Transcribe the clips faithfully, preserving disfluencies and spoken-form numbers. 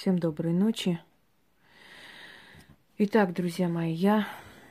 Всем доброй ночи. Итак, друзья мои, я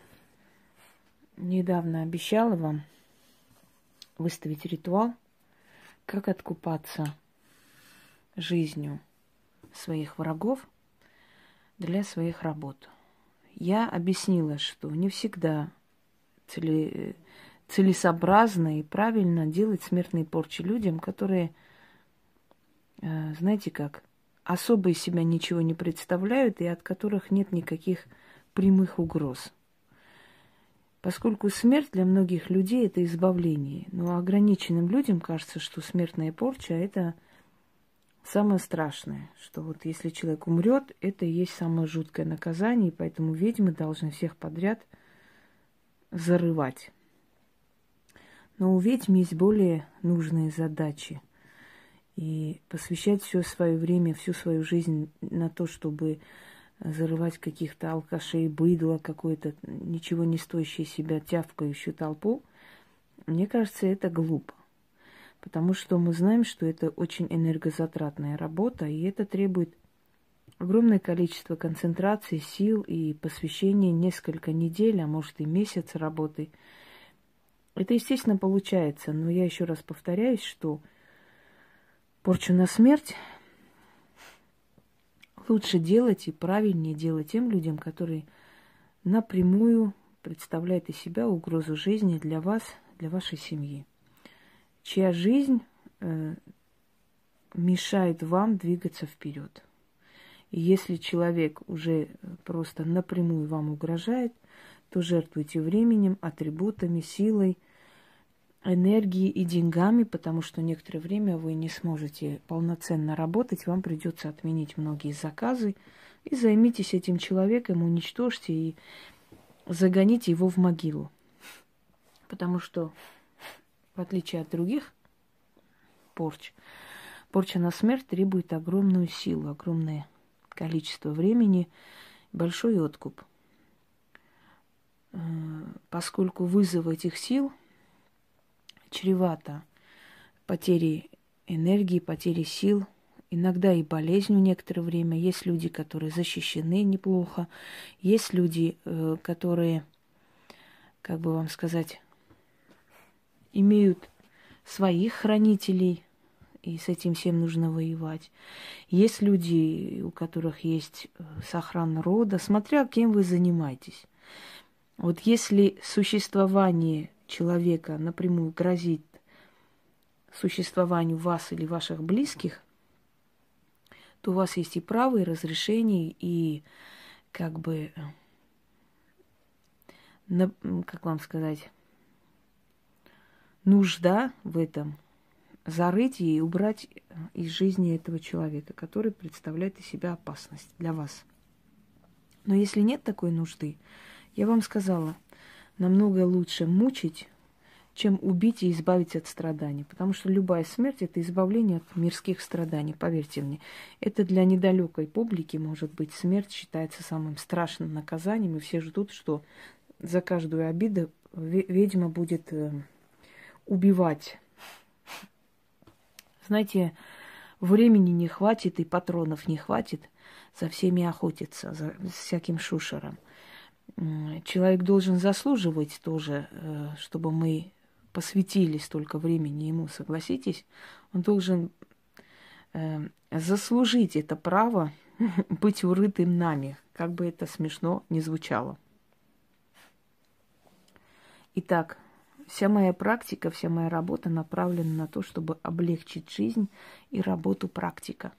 недавно обещала вам выставить ритуал, как откупаться жизнью своих врагов для своих работ. Я объяснила, что не всегда цели, целесообразно и правильно делать смертные порчи людям, которые, знаете как, особо из себя ничего не представляют и от которых нет никаких прямых угроз. Поскольку смерть для многих людей – это избавление, но ограниченным людям кажется, что смертная порча – это самое страшное, что вот если человек умрет, это и есть самое жуткое наказание, и поэтому ведьмы должны всех подряд зарывать. Но у ведьм есть более нужные задачи. И посвящать все свое время, всю свою жизнь на то, чтобы зарывать каких-то алкашей, быдло, какое-то ничего не стоящее себя тявкающую толпу, мне кажется, это глупо. Потому что мы знаем, что это очень энергозатратная работа, и это требует огромное количество концентрации, сил и посвящения несколько недель, а может и месяц работы. Это, естественно, получается, но я еще раз повторяюсь, что порчу на смерть лучше делать и правильнее делать тем людям, которые напрямую представляют из себя угрозу жизни для вас, для вашей семьи, чья жизнь э, мешает вам двигаться вперед. И если человек уже просто напрямую вам угрожает, то жертвуйте временем, атрибутами, силой, энергией и деньгами, потому что некоторое время вы не сможете полноценно работать, вам придется отменить многие заказы, и займитесь этим человеком, уничтожьте и загоните его в могилу. Потому что, в отличие от других порч, порча на смерть требует огромную силу, огромное количество времени, большой откуп. Поскольку вызов этих сил чревато потерей энергии, потерей сил, иногда и болезнью некоторое время. Есть люди, которые защищены неплохо, есть люди, которые, как бы вам сказать, имеют своих хранителей, и с этим всем нужно воевать. Есть люди, у которых есть сохрана рода, смотря кем вы занимаетесь. Вот если существование человека напрямую грозит существованию вас или ваших близких, то у вас есть и право, и разрешение, и как бы, как вам сказать, нужда в этом зарыть и убрать из жизни этого человека, который представляет из себя опасность для вас. Но если нет такой нужды, я вам сказала, намного лучше мучить, чем убить и избавить от страданий. Потому что любая смерть – это избавление от мирских страданий, поверьте мне. Это для недалекой публики, может быть, смерть считается самым страшным наказанием, и все ждут, что за каждую обиду ведьма будет убивать. Знаете, времени не хватит и патронов не хватит за всеми охотиться, за всяким шушером. Человек должен заслуживать тоже, чтобы мы посвятили столько времени ему, согласитесь? Он должен заслужить это право быть урытым нами, как бы это смешно ни звучало. Итак, вся моя практика, вся моя работа направлена на то, чтобы облегчить жизнь и работу практика.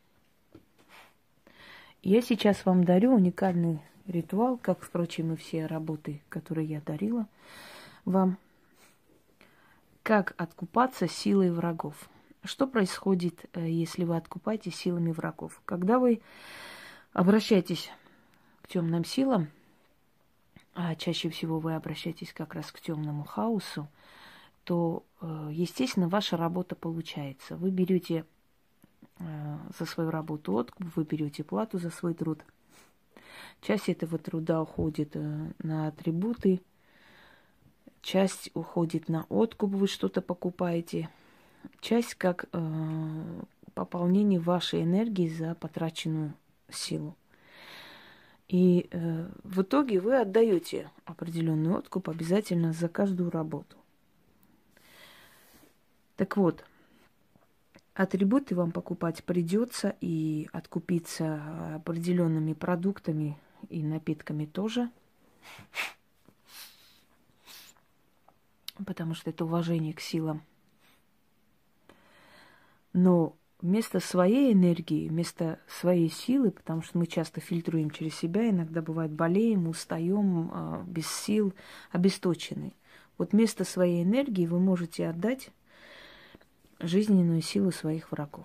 Я сейчас вам дарю уникальный ритуал, как, впрочем, и все работы, которые я дарила вам. Как откупаться силой врагов. Что происходит, если вы откупаетесь силами врагов? Когда вы обращаетесь к темным силам, а чаще всего вы обращаетесь как раз к темному хаосу, то, естественно, ваша работа получается. Вы берете за свою работу откуп, вы берете плату за свой труд. Часть этого труда уходит на атрибуты, часть уходит на откуп, вы что-то покупаете, часть как э, пополнение вашей энергии за потраченную силу. И э, в итоге вы отдаете определенный откуп обязательно за каждую работу. Так вот, атрибуты вам покупать придется, и откупиться определенными продуктами и напитками тоже. Потому что это уважение к силам. Но вместо своей энергии, вместо своей силы, потому что мы часто фильтруем через себя, иногда бывает болеем, устаем, без сил, обесточены. Вот вместо своей энергии вы можете отдать жизненную силу своих врагов.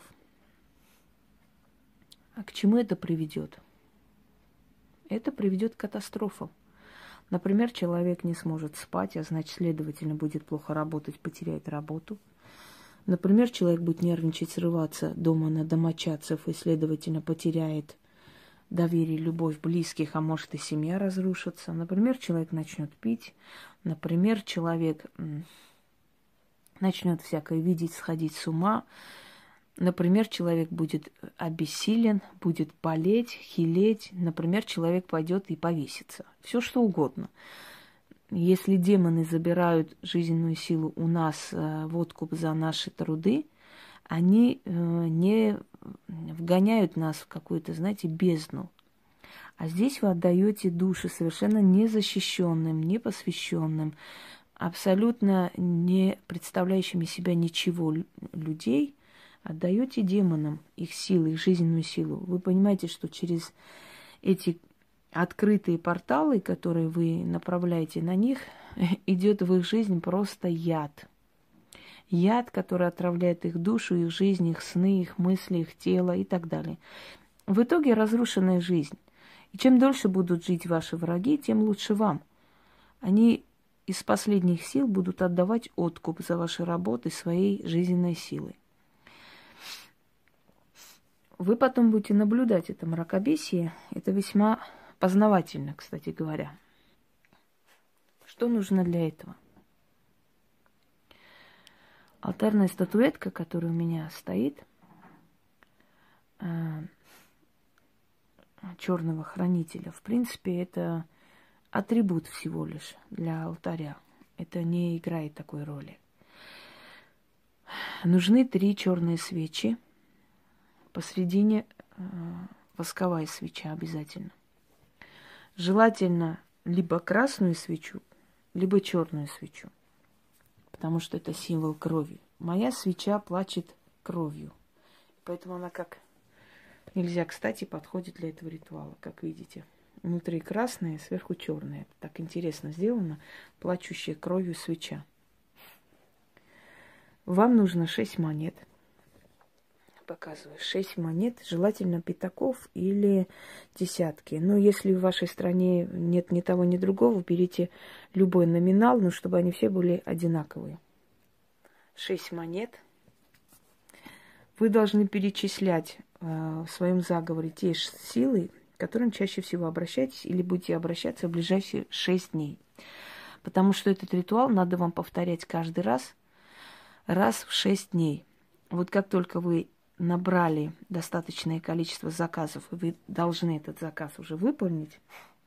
А к чему это приведет? Это приведет к катастрофам. Например, человек не сможет спать, а значит, следовательно, будет плохо работать, потеряет работу. Например, человек будет нервничать, срываться дома на домочадцев и, следовательно, потеряет доверие, любовь близких, а может и семья разрушится. Например, человек начнет пить. Например, человек начнет всякое видеть, сходить с ума. Например, человек будет обессилен, будет болеть, хилеть. Например, человек пойдет и повесится. Все что угодно. Если демоны забирают жизненную силу у нас э, в откуп за наши труды, они э, не вгоняют нас в какую-то, знаете, бездну. А здесь вы отдаете души совершенно незащищенным, непосвященным, абсолютно не представляющими себя ничего людей, отдаете демонам их силы, их жизненную силу. Вы понимаете, что через эти открытые порталы, которые вы направляете на них, идет в их жизнь просто яд. Яд, который отравляет их душу, их жизнь, их сны, их мысли, их тело и так далее. В итоге разрушенная жизнь. И чем дольше будут жить ваши враги, тем лучше вам. Они из последних сил будут отдавать откуп за ваши работы своей жизненной силой. Вы потом будете наблюдать это мракобесие. Это весьма познавательно, кстати говоря. Что нужно для этого? Алтарная статуэтка, которая у меня стоит, черного хранителя, в принципе, это атрибут всего лишь для алтаря. Это не играет такой роли. Нужны три черные свечи. Посредине восковая свеча обязательно. Желательно либо красную свечу, либо черную свечу, потому что это символ крови. Моя свеча плачет кровью, поэтому она как нельзя кстати подходит для этого ритуала, как видите. Внутри красная, сверху черная. Так интересно сделано, плачущая кровью свеча. Вам нужно шесть монет. Показываю. Шесть монет, желательно пятаков или десятки. Но если в вашей стране нет ни того, ни другого, берите любой номинал, но чтобы они все были одинаковые. Шесть монет. Вы должны перечислять э, в своем заговоре те силы, к которым чаще всего обращаетесь или будете обращаться в ближайшие шесть дней. Потому что этот ритуал надо вам повторять каждый раз, раз в шесть дней. Вот как только вы набрали достаточное количество заказов, и вы должны этот заказ уже выполнить,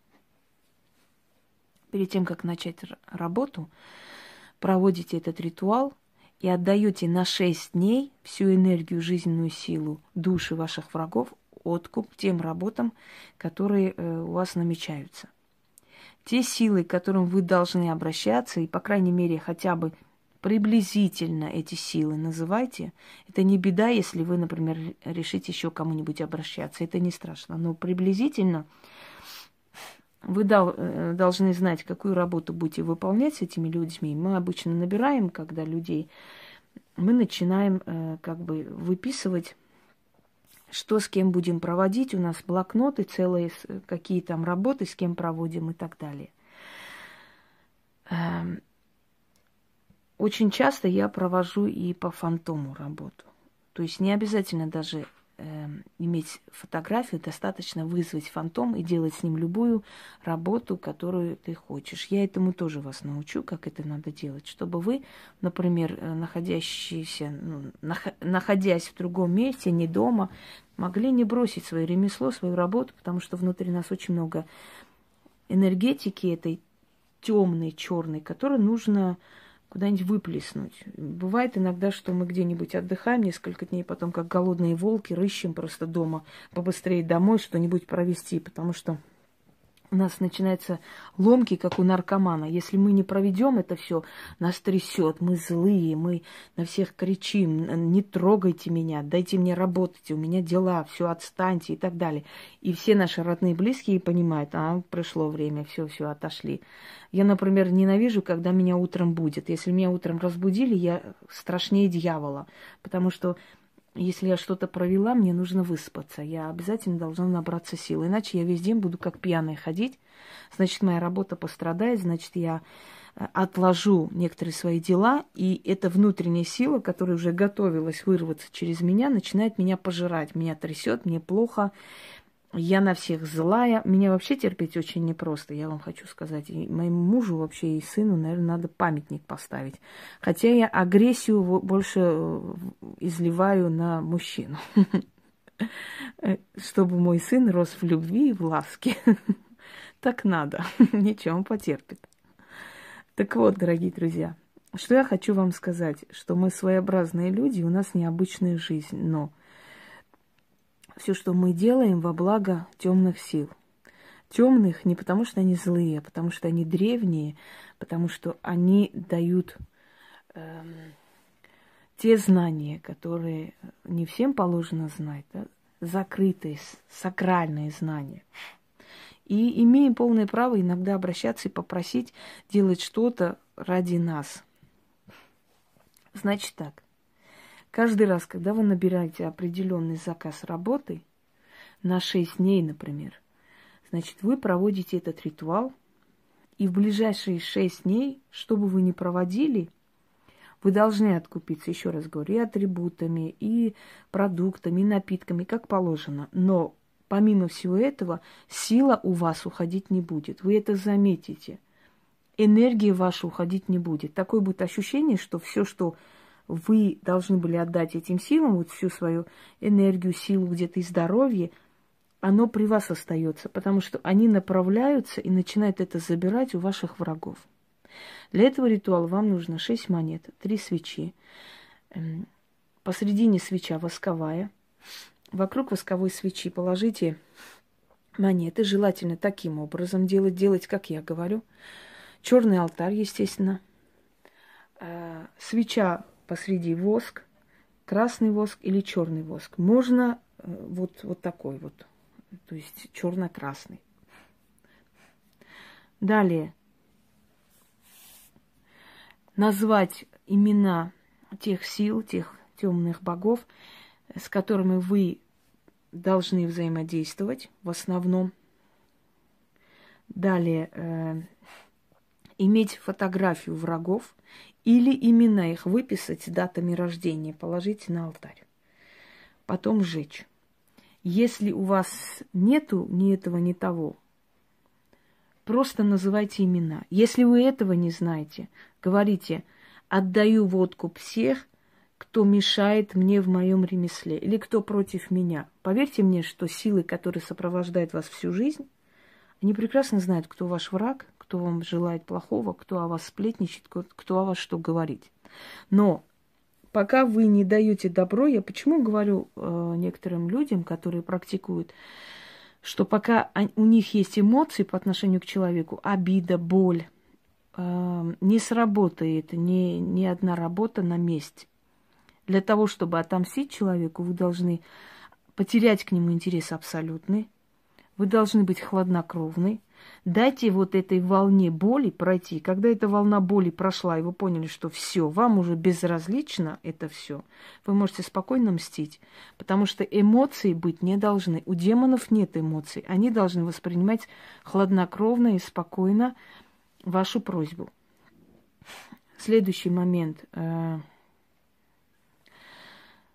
перед тем, как начать работу, проводите этот ритуал и отдаете на шесть дней всю энергию, жизненную силу души ваших врагов, откуп тем работам, которые э, у вас намечаются. Те силы, к которым вы должны обращаться, и, по крайней мере, хотя бы приблизительно эти силы называйте. Это не беда, если вы, например, решите еще кому-нибудь обращаться. Это не страшно. Но приблизительно вы дол- должны знать, какую работу будете выполнять с этими людьми. Мы обычно набираем, когда людей, мы начинаем э, как бы выписывать, что с кем будем проводить. У нас блокноты целые, какие там работы, с кем проводим и так далее. Очень часто я провожу и по фантому работу. То есть не обязательно даже э, иметь фотографию, достаточно вызвать фантом и делать с ним любую работу, которую ты хочешь. Я этому тоже вас научу, как это надо делать, чтобы вы, например, находящиеся, ну, нах- находясь в другом месте, не дома, могли не бросить свое ремесло, свою работу, потому что внутри нас очень много энергетики этой темной, черной, которую нужно куда-нибудь выплеснуть. Бывает иногда, что мы где-нибудь отдыхаем несколько дней, потом как голодные волки рыщем просто дома побыстрее домой что-нибудь провести, потому что у нас начинаются ломки, как у наркомана. Если мы не проведем это все, нас трясет, мы злые, мы на всех кричим: не трогайте меня, дайте мне работать, у меня дела, все, отстаньте и так далее. И все наши родные и близкие понимают: а, пришло время, все, все, отошли. Я, например, ненавижу, когда меня утром будят. Если меня утром разбудили, я страшнее дьявола, потому что если я что-то провела, мне нужно выспаться. Я обязательно должна набраться сил. Иначе я весь день буду как пьяная ходить. Значит, моя работа пострадает. Значит, я отложу некоторые свои дела. И эта внутренняя сила, которая уже готовилась вырваться через меня, начинает меня пожирать. Меня трясет, мне плохо. Я на всех злая. Меня вообще терпеть очень непросто, я вам хочу сказать. И моему мужу вообще и сыну, наверное, надо памятник поставить. Хотя я агрессию больше изливаю на мужчину. Чтобы мой сын рос в любви и в ласке. Так надо. Ничего, он потерпит. Так вот, дорогие друзья, что я хочу вам сказать. Что мы своеобразные люди, у нас необычная жизнь. Но все, что мы делаем, во благо темных сил. Темных не потому, что они злые, а потому что они древние, потому что они дают э, те знания, которые не всем положено знать, да? Закрытые, сакральные знания. И имеем полное право иногда обращаться и попросить делать что-то ради нас. Значит так. Каждый раз, когда вы набираете определенный заказ работы, на шесть дней, например, значит, вы проводите этот ритуал, и в ближайшие шесть дней, что бы вы ни проводили, вы должны откупиться, еще раз говорю, и атрибутами, и продуктами, и напитками, как положено. Но помимо всего этого, сила у вас уходить не будет. Вы это заметите. Энергия ваша уходить не будет. Такое будет ощущение, что все, что вы должны были отдать этим силам, вот всю свою энергию, силу, где-то и здоровье, оно при вас остается, потому что они направляются и начинают это забирать у ваших врагов. Для этого ритуала вам нужно шесть монет, три свечи. Посредине свеча восковая. Вокруг восковой свечи положите монеты. Желательно таким образом делать, делать, как я говорю. Черный алтарь, естественно. Свеча посреди воск, красный воск или черный воск. Можно вот, вот такой вот, то есть черно-красный. Далее. Назвать имена тех сил, тех темных богов, с которыми вы должны взаимодействовать в основном. Далее. Э, иметь фотографию врагов или имена их выписать с датами рождения, положить на алтарь. Потом сжечь. Если у вас нету ни этого, ни того, просто называйте имена. Если вы этого не знаете, говорите: отдаю в откуп всех, кто мешает мне в моем ремесле или кто против меня. Поверьте мне, что силы, которые сопровождают вас всю жизнь, они прекрасно знают, кто ваш враг, кто вам желает плохого, кто о вас сплетничает, кто о вас что говорит. Но пока вы не даете добро, я почему говорю э, некоторым людям, которые практикуют, что пока у них есть эмоции по отношению к человеку, обида, боль, э, не сработает ни, ни одна работа на месте. Для того, чтобы отомстить человеку, вы должны потерять к нему интерес абсолютный, вы должны быть хладнокровны. Дайте вот этой волне боли пройти. Когда эта волна боли прошла, и вы поняли, что все, вам уже безразлично это все, вы можете спокойно мстить. Потому что эмоции быть не должны. У демонов нет эмоций. Они должны воспринимать хладнокровно и спокойно вашу просьбу. Следующий момент.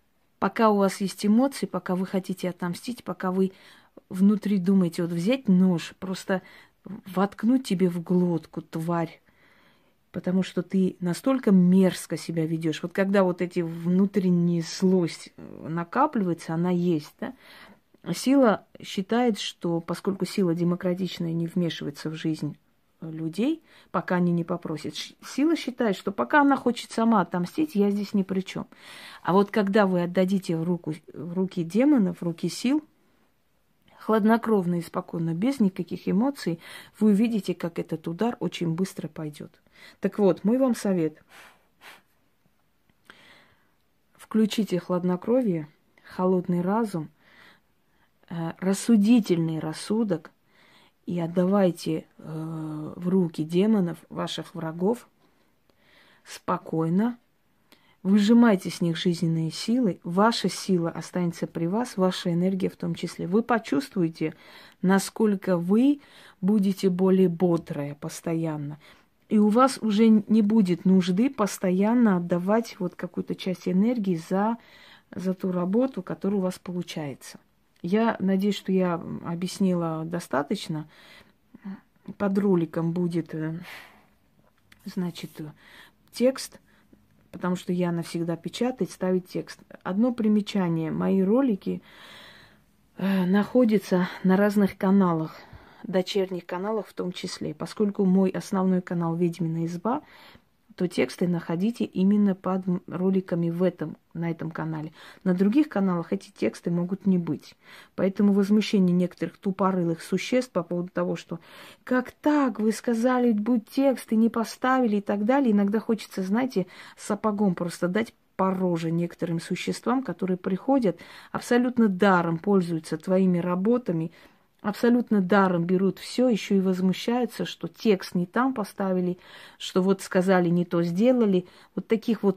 Пока у вас есть эмоции, пока вы хотите отомстить, пока вы внутри думаете, вот взять нож, просто воткнуть тебе в глотку, тварь, потому что ты настолько мерзко себя ведешь. Вот когда вот эти внутренние злость накапливается, она есть, да? Сила считает, что поскольку сила демократичная не вмешивается в жизнь людей, пока они не попросят, сила считает, что пока она хочет сама отомстить, я здесь ни при чем. А вот когда вы отдадите в, руку, в руки демонов, в руки сил, хладнокровно и спокойно, без никаких эмоций, вы увидите, как этот удар очень быстро пойдет. Так вот, мой вам совет. Включите хладнокровие, холодный разум, рассудительный рассудок и отдавайте э, в руки демонов, ваших врагов, спокойно, выжимайте с них жизненные силы, ваша сила останется при вас, ваша энергия в том числе. Вы почувствуете, насколько вы будете более бодрая постоянно. И у вас уже не будет нужды постоянно отдавать вот какую-то часть энергии за, за ту работу, которая у вас получается. Я надеюсь, что я объяснила достаточно. Под роликом будет, значит, текст, потому что я навсегда печатать, ставить текст. Одно примечание. Мои ролики находятся на разных каналах, дочерних каналах в том числе. Поскольку мой основной канал «Ведьмина изба», то тексты находите именно под роликами в этом, на этом канале. На других каналах эти тексты могут не быть. Поэтому возмущение некоторых тупорылых существ по поводу того, что как так, вы сказали, будь тексты, не поставили и так далее. Иногда хочется, знаете, сапогом просто дать по роже некоторым существам, которые приходят, абсолютно даром пользуются твоими работами, абсолютно даром берут все, еще и возмущаются, что текст не там поставили, что вот сказали, не то сделали. Вот таких вот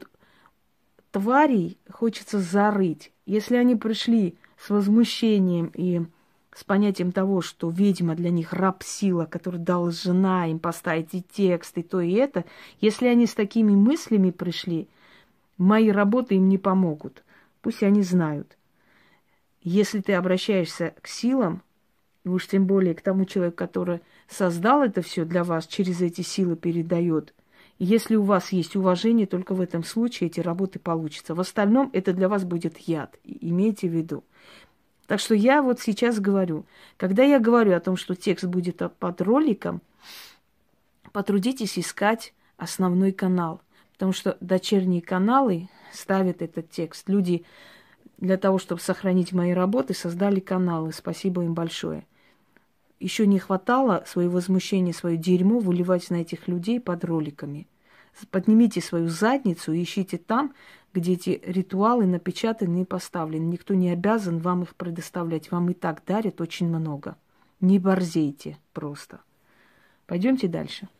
тварей хочется зарыть. Если они пришли с возмущением и с понятием того, что ведьма для них раб-сила, которая должна им поставить и текст, и то, и это, если они с такими мыслями пришли, мои работы им не помогут. Пусть они знают. Если ты обращаешься к силам, и уж тем более к тому человеку, который создал это все для вас, через эти силы передает. И если у вас есть уважение, только в этом случае эти работы получатся. В остальном это для вас будет яд. Имейте в виду. Так что я вот сейчас говорю, когда я говорю о том, что текст будет под роликом, потрудитесь искать основной канал. Потому что дочерние каналы ставят этот текст. Люди для того, чтобы сохранить мои работы, создали каналы. Спасибо им большое. Еще не хватало свое возмущение, свое дерьмо выливать на этих людей под роликами. Поднимите свою задницу и ищите там, где эти ритуалы напечатаны и поставлены. Никто не обязан вам их предоставлять. Вам и так дарят очень много. Не борзейте просто. Пойдемте дальше.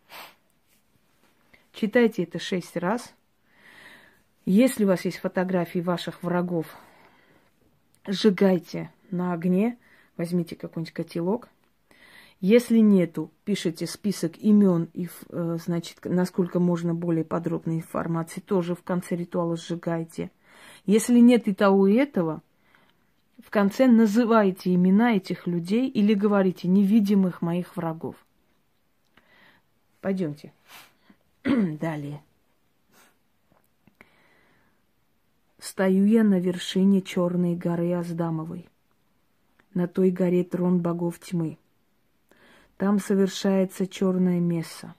Читайте это шесть раз. Если у вас есть фотографии ваших врагов, сжигайте на огне. Возьмите какой-нибудь котелок. Если нету, пишите список имен и, значит, насколько можно более подробной информации, тоже в конце ритуала сжигайте. Если нет и того, и этого, в конце называйте имена этих людей или говорите невидимых моих врагов. Пойдемте. Далее. Стою я на вершине черной горы Аздамовой. На той горе трон богов тьмы. Там совершается черное месса.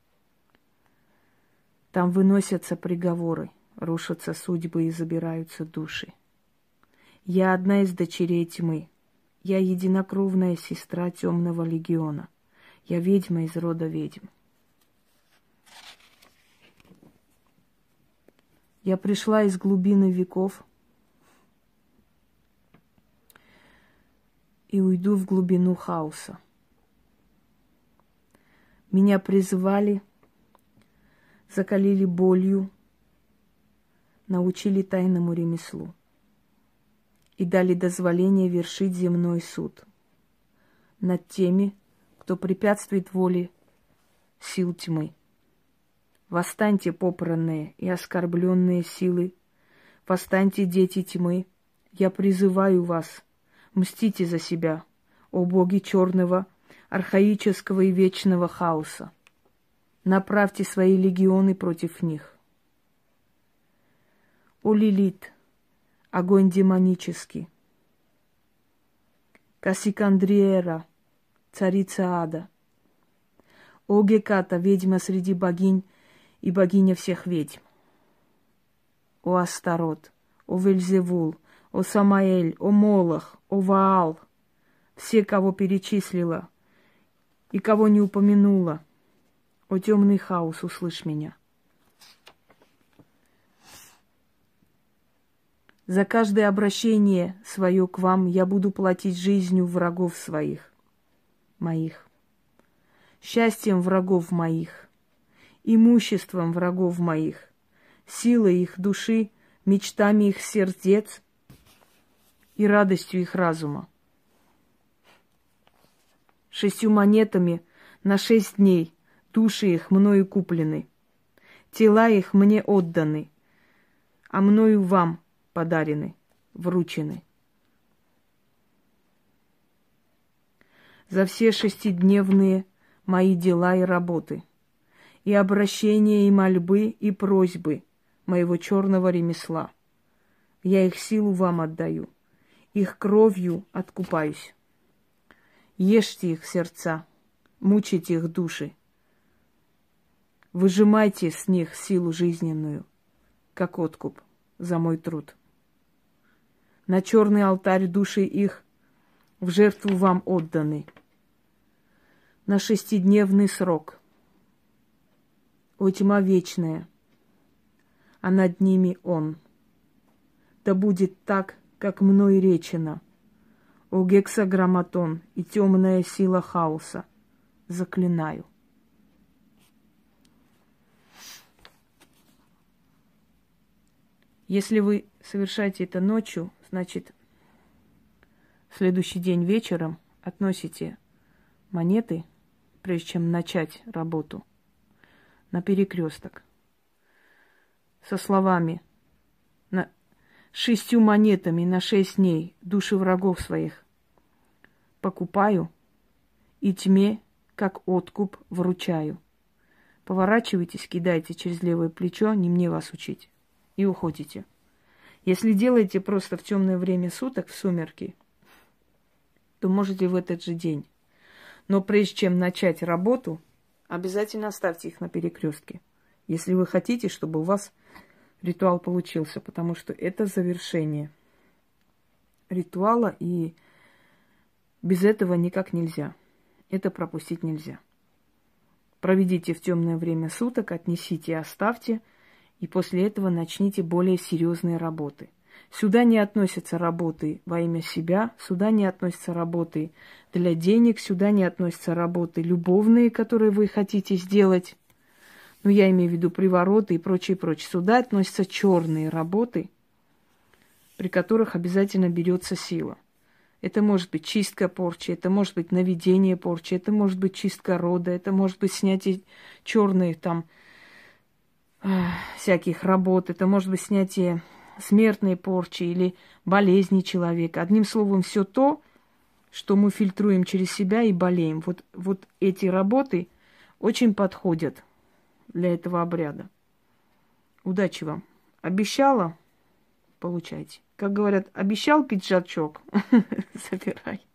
Там выносятся приговоры, рушатся судьбы и забираются души. Я одна из дочерей тьмы. Я единокровная сестра темного легиона. Я ведьма из рода ведьм. Я пришла из глубины веков и уйду в глубину хаоса. Меня призывали, закалили болью, научили тайному ремеслу и дали дозволение вершить земной суд над теми, кто препятствует воле сил тьмы. Восстаньте, попранные и оскорбленные силы, Восстаньте, дети тьмы, я призываю вас, мстите за себя, о боги черного, архаического и вечного хаоса. Направьте свои легионы против них. О Лилит, огонь демонический, Кассикандриера, царица ада, о Геката, ведьма среди богинь и богиня всех ведьм, о Астарот, о Вельзевул, о Самаэль, о Молох, о Ваал, все, кого перечислила и кого не упомянула, о темный хаос, услышь меня. За каждое обращение свое к вам я буду платить жизнью врагов своих, моих, счастьем врагов моих, имуществом врагов моих, силой их души, мечтами их сердец и радостью их разума. Шестью монетами на шесть дней души их мною куплены, тела их мне отданы, а мною вам подарены, вручены. За все шестидневные мои дела и работы, и обращения, и мольбы, и просьбы моего черного ремесла, я их силу вам отдаю, их кровью откупаюсь. Ешьте их сердца, мучите их души, выжимайте с них силу жизненную, как откуп за мой труд. На черный алтарь души их в жертву вам отданы на шестидневный срок. О тьма вечная, а над ними он. Да будет так, как мной речено. О гексаграмматон и темная сила хаоса, заклинаю. Если вы совершаете это ночью, значит, в следующий день вечером относите монеты, прежде чем начать работу, на перекресток со словами: на шестью монетами на шесть дней души врагов своих покупаю и тьме, как откуп, вручаю. Поворачивайтесь, кидайте через левое плечо, не мне вас учить, и уходите. Если делаете просто в темное время суток, в сумерки, то можете в этот же день. Но прежде чем начать работу, обязательно оставьте их на перекрестке, если вы хотите, чтобы у вас ритуал получился, потому что это завершение ритуала, и без этого никак нельзя. Это пропустить нельзя. Проведите в темное время суток, отнесите и оставьте, и после этого начните более серьезные работы. Сюда не относятся работы во имя себя, сюда не относятся работы для денег, сюда не относятся работы любовные, которые вы хотите сделать. Ну, я имею в виду привороты и прочее, прочее. Сюда относятся черные работы, при которых обязательно берется сила. Это может быть чистка порчи, это может быть наведение порчи, это может быть чистка рода, это может быть снятие черных там э, всяких работ, это может быть снятие смертной порчи или болезни человека. Одним словом, все то, что мы фильтруем через себя и болеем. Вот, вот эти работы очень подходят для этого обряда. Удачи вам. Обещала? Получайте. Как говорят, обещал пиджачок? Забирай.